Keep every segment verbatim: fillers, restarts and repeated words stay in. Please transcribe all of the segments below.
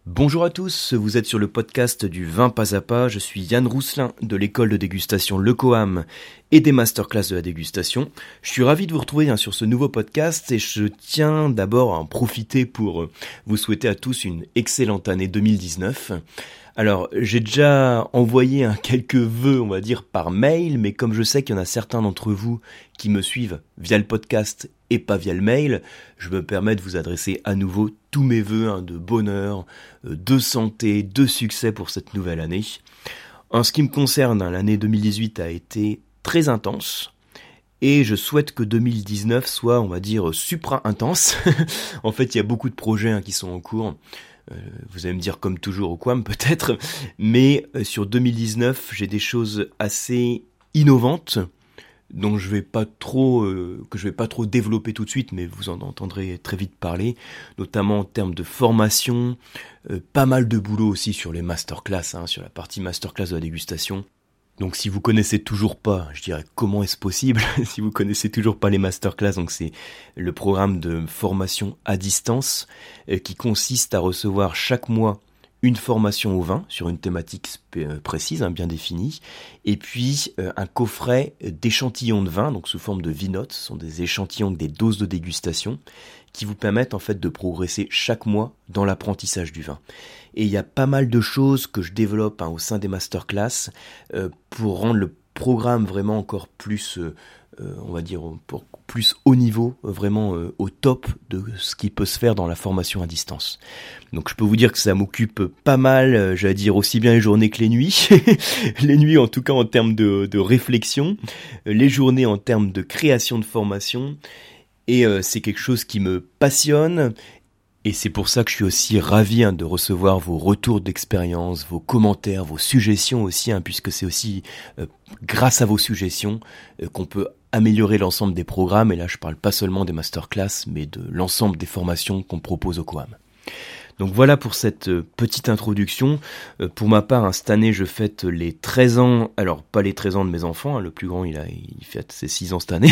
Bonjour à tous, vous êtes sur le podcast du vin pas à pas, je suis Yann Rousselin de l'école de dégustation Le Coam et des masterclass de la dégustation. Je suis ravi de vous retrouver hein, sur ce nouveau podcast et je tiens d'abord à en profiter pour vous souhaiter à tous une excellente année deux mille dix-neuf. Alors, j'ai déjà envoyé hein, quelques vœux, on va dire, par mail, mais comme je sais qu'il y en a certains d'entre vous qui me suivent via le podcast et pas via le mail, je me permets de vous adresser à nouveau tous mes vœux hein, de bonheur, de santé, de succès pour cette nouvelle année. En ce qui me concerne, hein, l'année deux mille dix-huit a été très intense. Et je souhaite que deux mille dix-neuf soit, on va dire, supra-intense. En fait, il y a beaucoup de projets hein, qui sont en cours. Euh, vous allez me dire comme toujours au Coam peut-être. Mais euh, sur deux mille dix-neuf, j'ai des choses assez innovantes dont je vais pas trop, euh, que je vais pas trop développer tout de suite, mais vous en entendrez très vite parler, notamment en termes de formation, euh, pas mal de boulot aussi sur les masterclass, hein, sur la partie masterclass de la dégustation. Donc si vous connaissez toujours pas, je dirais comment est-ce possible, si vous connaissez toujours pas les masterclass, donc c'est le programme de formation à distance euh, qui consiste à recevoir chaque mois une formation au vin sur une thématique spé- euh, précise, hein, bien définie, et puis euh, un coffret d'échantillons de vin, donc sous forme de vinotes, ce sont des échantillons avec des doses de dégustation qui vous permettent en fait de progresser chaque mois dans l'apprentissage du vin. Et il y a pas mal de choses que je développe hein, au sein des masterclass euh, pour rendre le programme vraiment encore plus, euh, euh, on va dire, pour plus haut niveau, vraiment euh, au top de ce qui peut se faire dans la formation à distance. Donc je peux vous dire que ça m'occupe pas mal, euh, j'allais dire aussi bien les journées que les nuits. Les nuits en tout cas en termes de, de réflexion, les journées en termes de création de formation. Et euh, c'est quelque chose qui me passionne. Et c'est pour ça que je suis aussi ravi hein, de recevoir vos retours d'expérience, vos commentaires, vos suggestions aussi, hein, puisque c'est aussi euh, grâce à vos suggestions euh, qu'on peut améliorer l'ensemble des programmes. Et là, je parle pas seulement des masterclass, mais de l'ensemble des formations qu'on propose au Coam. Donc voilà pour cette euh, petite introduction. Euh, pour ma part, hein, cette année, je fête les treize ans, alors pas les treize ans de mes enfants, hein, le plus grand, il a, il fête ses six ans cette année,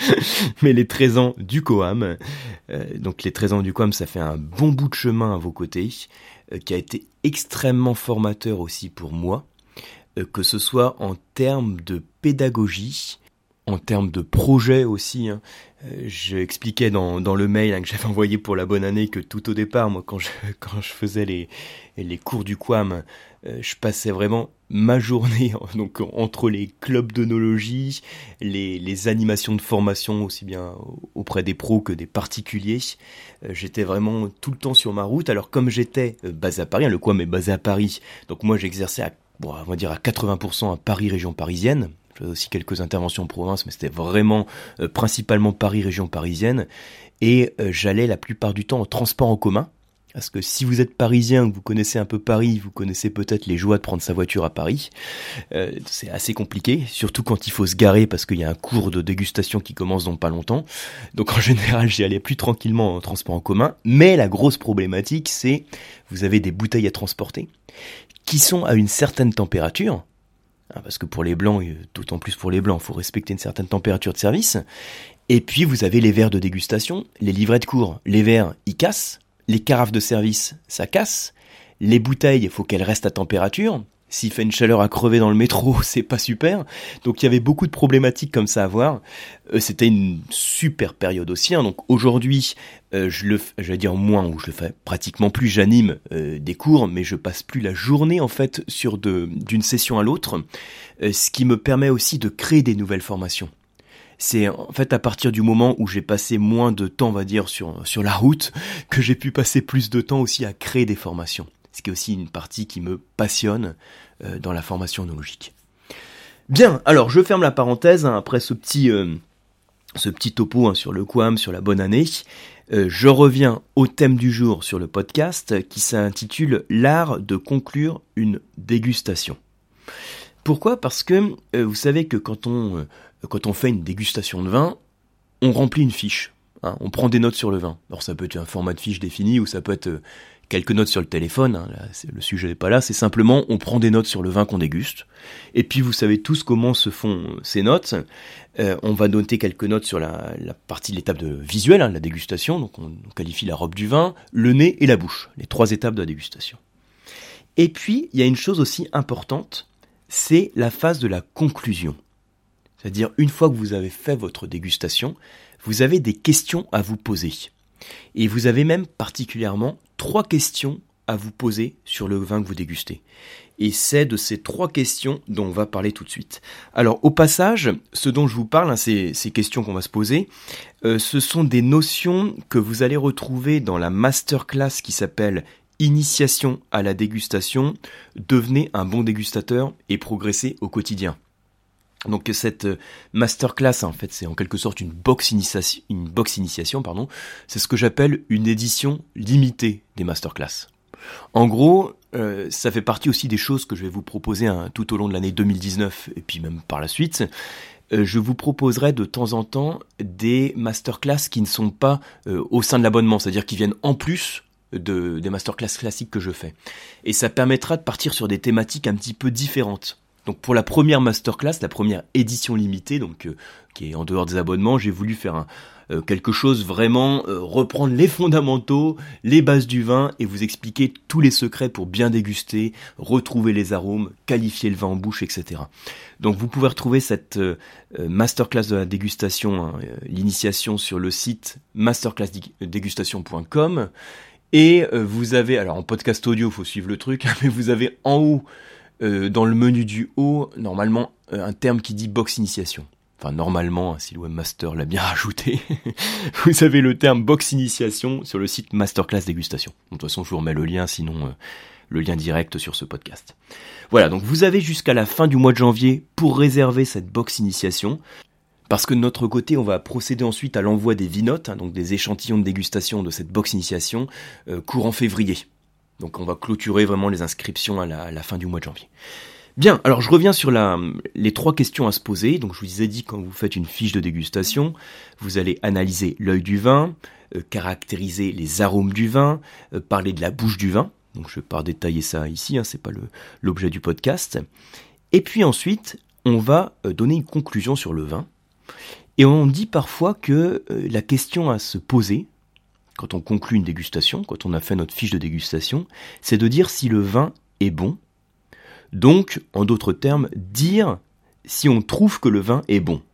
mais les treize ans du Coam. Euh, donc les treize ans du Coam, ça fait un bon bout de chemin à vos côtés, euh, qui a été extrêmement formateur aussi pour moi, euh, que ce soit en termes de pédagogie, en termes de projet aussi, hein. Euh, j'expliquais dans, dans le mail hein, que j'avais envoyé pour la bonne année que tout au départ, moi, quand je, quand je faisais les, les cours du Coam, euh, je passais vraiment ma journée donc entre les clubs d'œnologie, les, les animations de formation aussi bien auprès des pros que des particuliers. Euh, j'étais vraiment tout le temps sur ma route. Alors comme j'étais euh, basé à Paris, hein, le Coam est basé à Paris, donc moi j'exerçais à, bon, on va dire à quatre-vingts pour cent à Paris, région parisienne. J'avais aussi quelques interventions en province, mais c'était vraiment euh, principalement Paris, région parisienne. Et euh, j'allais la plupart du temps en transport en commun. Parce que si vous êtes parisien, que vous connaissez un peu Paris, vous connaissez peut-être les joies de prendre sa voiture à Paris. Euh, c'est assez compliqué, surtout quand il faut se garer parce qu'il y a un cours de dégustation qui commence dans pas longtemps. Donc en général, j'y allais plus tranquillement en transport en commun. Mais la grosse problématique, c'est vous avez des bouteilles à transporter qui sont à une certaine température. Parce que pour les blancs, d'autant plus pour les blancs, il faut respecter une certaine température de service. Et puis vous avez les verres de dégustation, les livrets de cours, les verres, ils cassent. Les carafes de service, ça casse. Les bouteilles, il faut qu'elles restent à température. S'il fait une chaleur à crever dans le métro, c'est pas super. Donc il y avait beaucoup de problématiques comme ça à voir. Euh, c'était une super période aussi. Hein. Donc aujourd'hui, euh, je le, je vais dire moins, ou je le fais pratiquement plus. J'anime euh, des cours, mais je passe plus la journée en fait sur de, d'une session à l'autre, euh, ce qui me permet aussi de créer des nouvelles formations. C'est en fait à partir du moment où j'ai passé moins de temps, on va dire, sur, sur la route, que j'ai pu passer plus de temps aussi à créer des formations. Ce qui est aussi une partie qui me passionne euh, dans la formation œnologique. Bien, alors je ferme la parenthèse, hein, après ce petit, euh, ce petit topo hein, sur le Coam, sur la bonne année. Euh, je reviens au thème du jour sur le podcast qui s'intitule « L'art de conclure une dégustation ». Pourquoi ? Parce que euh, vous savez que quand on, euh, quand on fait une dégustation de vin, on remplit une fiche. Hein, on prend des notes sur le vin. Alors ça peut être un format de fiche défini ou ça peut être euh, quelques notes sur le téléphone, hein, là, c'est, le sujet n'est pas là, c'est simplement on prend des notes sur le vin qu'on déguste, et puis vous savez tous comment se font ces notes. Euh, on va noter quelques notes sur la, la partie de l'étape de visuelle, hein, la dégustation, donc on, on qualifie la robe du vin, le nez et la bouche, les trois étapes de la dégustation. Et puis, il y a une chose aussi importante, c'est la phase de la conclusion. C'est-à-dire, une fois que vous avez fait votre dégustation, vous avez des questions à vous poser. Et vous avez même particulièrement trois questions à vous poser sur le vin que vous dégustez. Et c'est de ces trois questions dont on va parler tout de suite. Alors, au passage, ce dont je vous parle, hein, ces, ces questions qu'on va se poser, euh, ce sont des notions que vous allez retrouver dans la masterclass qui s'appelle « Initiation à la dégustation, devenez un bon dégustateur et progressez au quotidien ». Donc cette masterclass, en fait, c'est en quelque sorte une box initiation, une box initiation, pardon. C'est ce que j'appelle une édition limitée des masterclass. En gros, euh, ça fait partie aussi des choses que je vais vous proposer hein, tout au long de l'année deux mille dix-neuf et puis même par la suite. Euh, je vous proposerai de temps en temps des masterclass qui ne sont pas euh, au sein de l'abonnement, c'est-à-dire qui viennent en plus de, des masterclass classiques que je fais. Et ça permettra de partir sur des thématiques un petit peu différentes. Donc pour la première masterclass, la première édition limitée, donc euh, qui est en dehors des abonnements, j'ai voulu faire un, euh, quelque chose vraiment, euh, reprendre les fondamentaux, les bases du vin et vous expliquer tous les secrets pour bien déguster, retrouver les arômes, qualifier le vin en bouche, et cetera. Donc vous pouvez retrouver cette euh, masterclass de la dégustation, hein, euh, l'initiation sur le site masterclass dégustation point com et euh, vous avez, alors en podcast audio, il faut suivre le truc, mais vous avez en haut Euh, dans le menu du haut, normalement, euh, un terme qui dit box initiation. Enfin, normalement, si le webmaster l'a bien rajouté, vous avez le terme box initiation sur le site Masterclass Dégustation. De toute façon, je vous remets le lien, sinon euh, le lien direct sur ce podcast. Voilà, donc vous avez jusqu'à la fin du mois de janvier pour réserver cette box initiation. Parce que de notre côté, on va procéder ensuite à l'envoi des V-notes, hein, donc des échantillons de dégustation de cette box initiation, euh, courant février. Donc on va clôturer vraiment les inscriptions à la, à la fin du mois de janvier. Bien, alors je reviens sur la, les trois questions à se poser. Donc je vous ai dit, quand vous faites une fiche de dégustation, vous allez analyser l'œil du vin, euh, caractériser les arômes du vin, euh, parler de la bouche du vin. Donc je ne vais pas détailler ça ici, hein, c'est pas le, l'objet du podcast. Et puis ensuite, on va euh, donner une conclusion sur le vin. Et on dit parfois que euh, la question à se poser, quand on conclut une dégustation, quand on a fait notre fiche de dégustation, c'est de dire si le vin est bon. Donc, en d'autres termes, dire si on trouve que le vin est bon.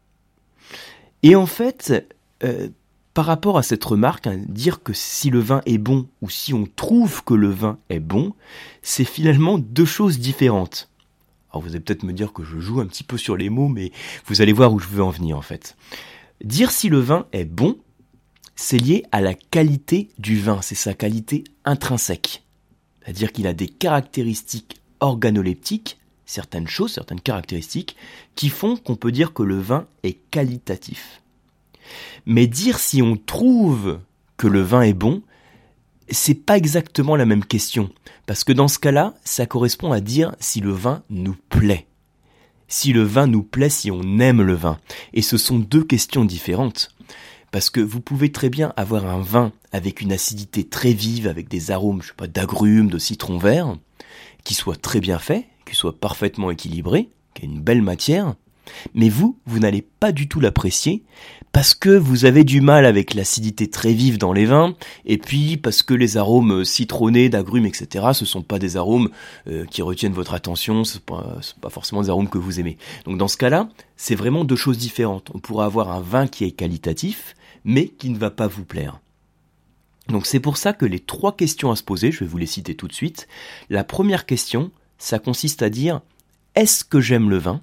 Et en fait, euh, par rapport à cette remarque, hein, dire que si le vin est bon ou si on trouve que le vin est bon, c'est finalement deux choses différentes. Alors vous allez peut-être me dire que je joue un petit peu sur les mots, mais vous allez voir où je veux en venir en fait. Dire si le vin est bon, c'est lié à la qualité du vin, c'est sa qualité intrinsèque. C'est-à-dire qu'il a des caractéristiques organoleptiques, certaines choses, certaines caractéristiques, qui font qu'on peut dire que le vin est qualitatif. Mais dire si on trouve que le vin est bon, c'est pas exactement la même question. Parce que dans ce cas-là, ça correspond à dire si le vin nous plaît. Si le vin nous plaît, si on aime le vin. Et ce sont deux questions différentes. Parce que vous pouvez très bien avoir un vin avec une acidité très vive, avec des arômes, je sais pas, d'agrumes, de citron vert, qui soit très bien fait, qui soit parfaitement équilibré, qui ait une belle matière, mais vous, vous n'allez pas du tout l'apprécier, parce que vous avez du mal avec l'acidité très vive dans les vins, et puis parce que les arômes citronnés, d'agrumes, et cetera, ce sont pas des arômes euh, qui retiennent votre attention, ce sont pas, c'est pas forcément des arômes que vous aimez. Donc dans ce cas-là, c'est vraiment deux choses différentes. On pourra avoir un vin qui est qualitatif, mais qui ne va pas vous plaire. Donc c'est pour ça que les trois questions à se poser, je vais vous les citer tout de suite. La première question, ça consiste à dire « Est-ce que j'aime le vin ?»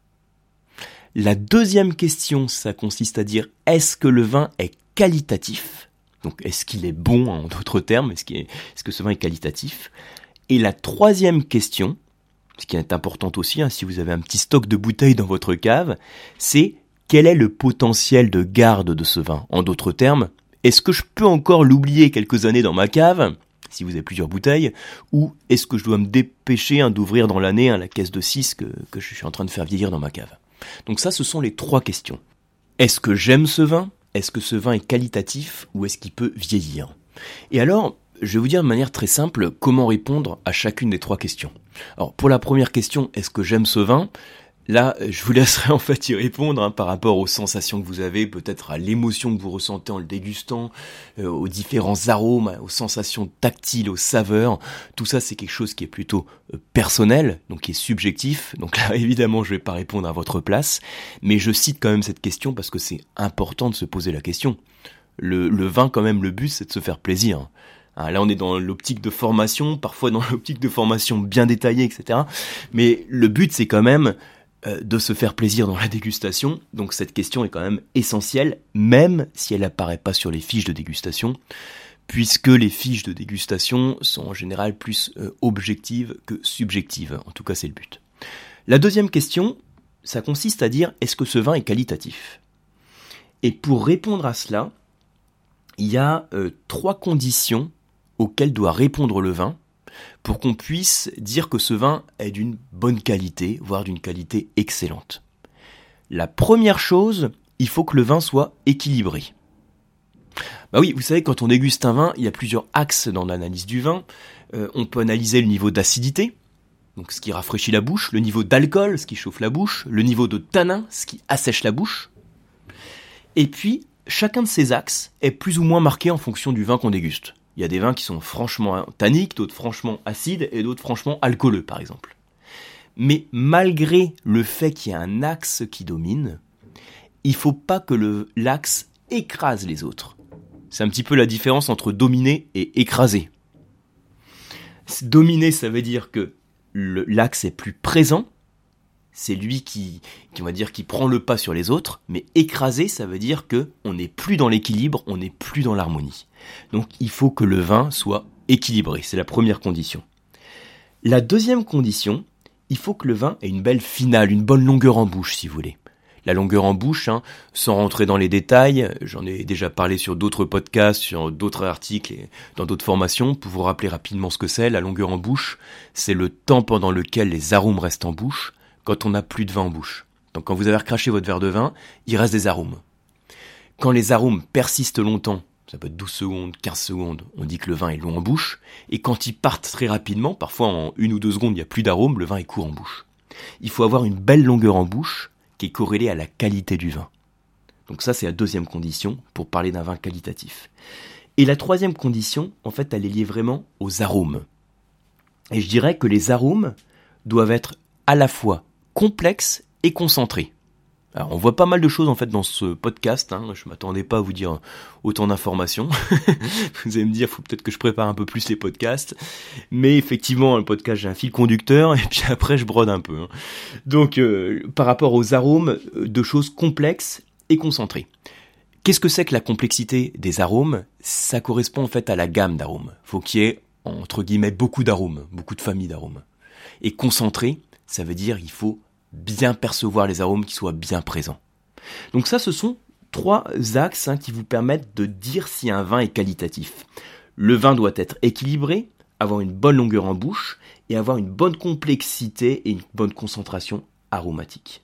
La deuxième question, ça consiste à dire « Est-ce que le vin est qualitatif ?» Donc est-ce qu'il est bon, en d'autres termes, est-ce, qu'il est, est-ce que ce vin est qualitatif ? Et la troisième question, ce qui est importante aussi, hein, si vous avez un petit stock de bouteilles dans votre cave, c'est quel est le potentiel de garde de ce vin ? En d'autres termes, est-ce que je peux encore l'oublier quelques années dans ma cave, si vous avez plusieurs bouteilles, ou est-ce que je dois me dépêcher hein, d'ouvrir dans l'année hein, la caisse de six que, que je suis en train de faire vieillir dans ma cave ? Donc ça, ce sont les trois questions. Est-ce que j'aime ce vin ? Est-ce que ce vin est qualitatif ou est-ce qu'il peut vieillir ? Et alors, je vais vous dire de manière très simple comment répondre à chacune des trois questions. Alors pour la première question, est-ce que j'aime ce vin ? Là, je vous laisserai en fait y répondre hein, par rapport aux sensations que vous avez, peut-être à l'émotion que vous ressentez en le dégustant, euh, aux différents arômes, aux sensations tactiles, aux saveurs. Tout ça, c'est quelque chose qui est plutôt euh, personnel, donc qui est subjectif. Donc là, évidemment, je vais pas répondre à votre place, mais je cite quand même cette question parce que c'est important de se poser la question. Le, le vin, quand même, le but, c'est de se faire plaisir. Hein, là, on est dans l'optique de formation, parfois dans l'optique de formation bien détaillée, et cetera. Mais le but, c'est quand même de se faire plaisir dans la dégustation, donc cette question est quand même essentielle, même si elle apparaît pas sur les fiches de dégustation, puisque les fiches de dégustation sont en général plus euh, objectives que subjectives, en tout cas c'est le but. La deuxième question, ça consiste à dire est-ce que ce vin est qualitatif ? Et pour répondre à cela, il y a euh, trois conditions auxquelles doit répondre le vin, pour qu'on puisse dire que ce vin est d'une bonne qualité, voire d'une qualité excellente. La première chose, il faut que le vin soit équilibré. Bah oui, vous savez, quand on déguste un vin, il y a plusieurs axes dans l'analyse du vin. Euh, on peut analyser le niveau d'acidité, donc ce qui rafraîchit la bouche, le niveau d'alcool, ce qui chauffe la bouche, le niveau de tanin, ce qui assèche la bouche. Et puis, chacun de ces axes est plus ou moins marqué en fonction du vin qu'on déguste. Il y a des vins qui sont franchement tanniques, d'autres franchement acides et d'autres franchement alcooleux, par exemple. Mais malgré le fait qu'il y ait un axe qui domine, il ne faut pas que le, l'axe écrase les autres. C'est un petit peu la différence entre dominer et écraser. Dominer, ça veut dire que le, l'axe est plus présent, c'est lui qui, qui, on va dire, qui prend le pas sur les autres, mais écraser, ça veut dire que on n'est plus dans l'équilibre, on n'est plus dans l'harmonie. Donc il faut que le vin soit équilibré, c'est la première condition. La deuxième condition, il faut que le vin ait une belle finale, une bonne longueur en bouche, si vous voulez. La longueur en bouche, hein, sans rentrer dans les détails, j'en ai déjà parlé sur d'autres podcasts, sur d'autres articles et dans d'autres formations, pour vous rappeler rapidement ce que c'est. La longueur en bouche, c'est le temps pendant lequel les arômes restent en bouche, quand on n'a plus de vin en bouche. Donc quand vous avez recraché votre verre de vin, il reste des arômes. Quand les arômes persistent longtemps, ça peut être douze secondes, quinze secondes, on dit que le vin est long en bouche, et quand ils partent très rapidement, parfois en une ou deux secondes, il n'y a plus d'arômes, le vin est court en bouche. Il faut avoir une belle longueur en bouche qui est corrélée à la qualité du vin. Donc ça, c'est la deuxième condition pour parler d'un vin qualitatif. Et la troisième condition, en fait, elle est liée vraiment aux arômes. Et je dirais que les arômes doivent être à la fois complexes et concentrés. Alors, on voit pas mal de choses en fait dans ce podcast, hein. Je m'attendais pas à vous dire autant d'informations. Vous allez me dire, faut peut-être que je prépare un peu plus les podcasts. Mais effectivement, le podcast, j'ai un fil conducteur et puis après, je brode un peu. Hein. Donc, euh, par rapport aux arômes, deux choses complexes et concentrées. Qu'est-ce que c'est que la complexité des arômes ? Ça correspond en fait à la gamme d'arômes. Faut qu'il y ait, entre guillemets, beaucoup d'arômes, beaucoup de familles d'arômes. Et concentré, ça veut dire qu'il faut bien percevoir les arômes qui soient bien présents. Donc ça, ce sont trois axes hein, qui vous permettent de dire si un vin est qualitatif. Le vin doit être équilibré, avoir une bonne longueur en bouche et avoir une bonne complexité et une bonne concentration aromatique.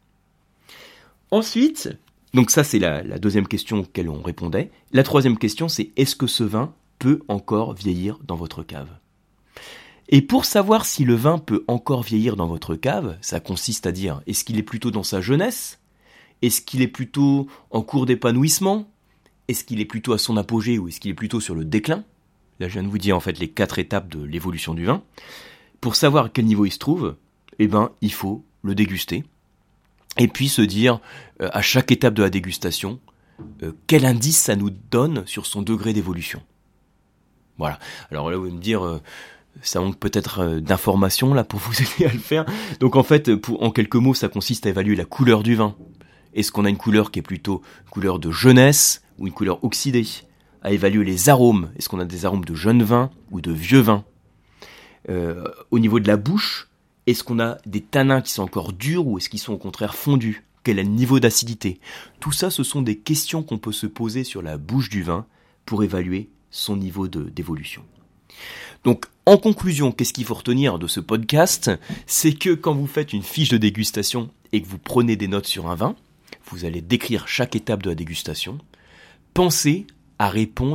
Ensuite, donc ça c'est la, la deuxième question auquel on répondait. La troisième question, c'est est-ce que ce vin peut encore vieillir dans votre cave ? Et pour savoir si le vin peut encore vieillir dans votre cave, ça consiste à dire, est-ce qu'il est plutôt dans sa jeunesse ? Est-ce qu'il est plutôt en cours d'épanouissement ? Est-ce qu'il est plutôt à son apogée ou est-ce qu'il est plutôt sur le déclin ? Là, je viens de vous dire en fait les quatre étapes de l'évolution du vin. Pour savoir à quel niveau il se trouve, eh ben, il faut le déguster. Et puis se dire, euh, à chaque étape de la dégustation, euh, quel indice ça nous donne sur son degré d'évolution. Voilà. Alors là, vous allez me dire... Euh, ça manque peut-être d'informations là pour vous aider à le faire. Donc en fait, pour, en quelques mots, ça consiste à évaluer la couleur du vin. Est-ce qu'on a une couleur qui est plutôt couleur de jeunesse ou une couleur oxydée ? À évaluer les arômes. Est-ce qu'on a des arômes de jeune vin ou de vieux vin ? euh, Au niveau de la bouche, est-ce qu'on a des tanins qui sont encore durs ou est-ce qu'ils sont au contraire fondus ? Quel est le niveau d'acidité ? Tout ça, ce sont des questions qu'on peut se poser sur la bouche du vin pour évaluer son niveau de, d'évolution. Donc, en conclusion, qu'est-ce qu'il faut retenir de ce podcast ? C'est que quand vous faites une fiche de dégustation et que vous prenez des notes sur un vin, vous allez décrire chaque étape de la dégustation. Pensez à répondre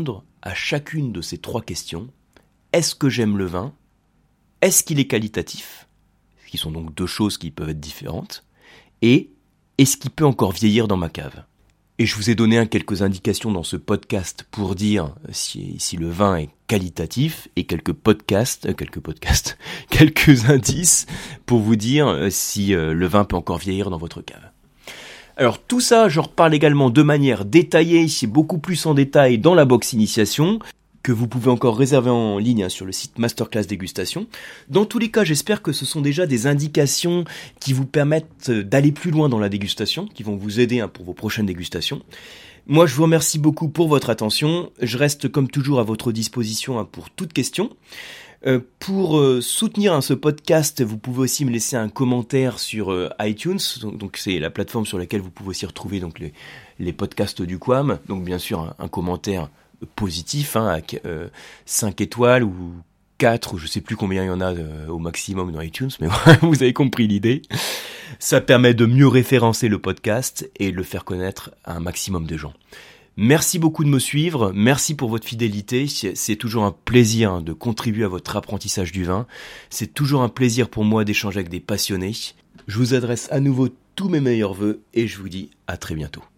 à chacune de ces trois questions. Est-ce que j'aime le vin ? Est-ce qu'il est qualitatif ? Ce qui sont donc deux choses qui peuvent être différentes. Et est-ce qu'il peut encore vieillir dans ma cave ? Et je vous ai donné hein, quelques indications dans ce podcast pour dire si, si le vin est qualitatif et quelques podcasts, euh, quelques podcasts, quelques indices pour vous dire euh, si euh, le vin peut encore vieillir dans votre cave. Alors tout ça, je reparle également de manière détaillée, beaucoup plus en détail dans la box initiation, que vous pouvez encore réserver en ligne hein, sur le site Masterclass Dégustation. Dans tous les cas, j'espère que ce sont déjà des indications qui vous permettent d'aller plus loin dans la dégustation, qui vont vous aider hein, pour vos prochaines dégustations. Moi, je vous remercie beaucoup pour votre attention. Je reste comme toujours à votre disposition hein, pour toute question. Euh, pour euh, soutenir hein, ce podcast, vous pouvez aussi me laisser un commentaire sur euh, iTunes. Donc, donc c'est la plateforme sur laquelle vous pouvez aussi retrouver donc les, les podcasts du Q A M. Donc bien sûr un, un commentaire positif, hein, avec euh, cinq étoiles ou quatre, ou je sais plus combien il y en a euh, au maximum dans iTunes, mais vous avez compris l'idée. Ça permet de mieux référencer le podcast et le faire connaître à un maximum de gens. Merci beaucoup de me suivre, merci pour votre fidélité, c'est toujours un plaisir hein, de contribuer à votre apprentissage du vin, c'est toujours un plaisir pour moi d'échanger avec des passionnés. Je vous adresse à nouveau tous mes meilleurs vœux et je vous dis à très bientôt.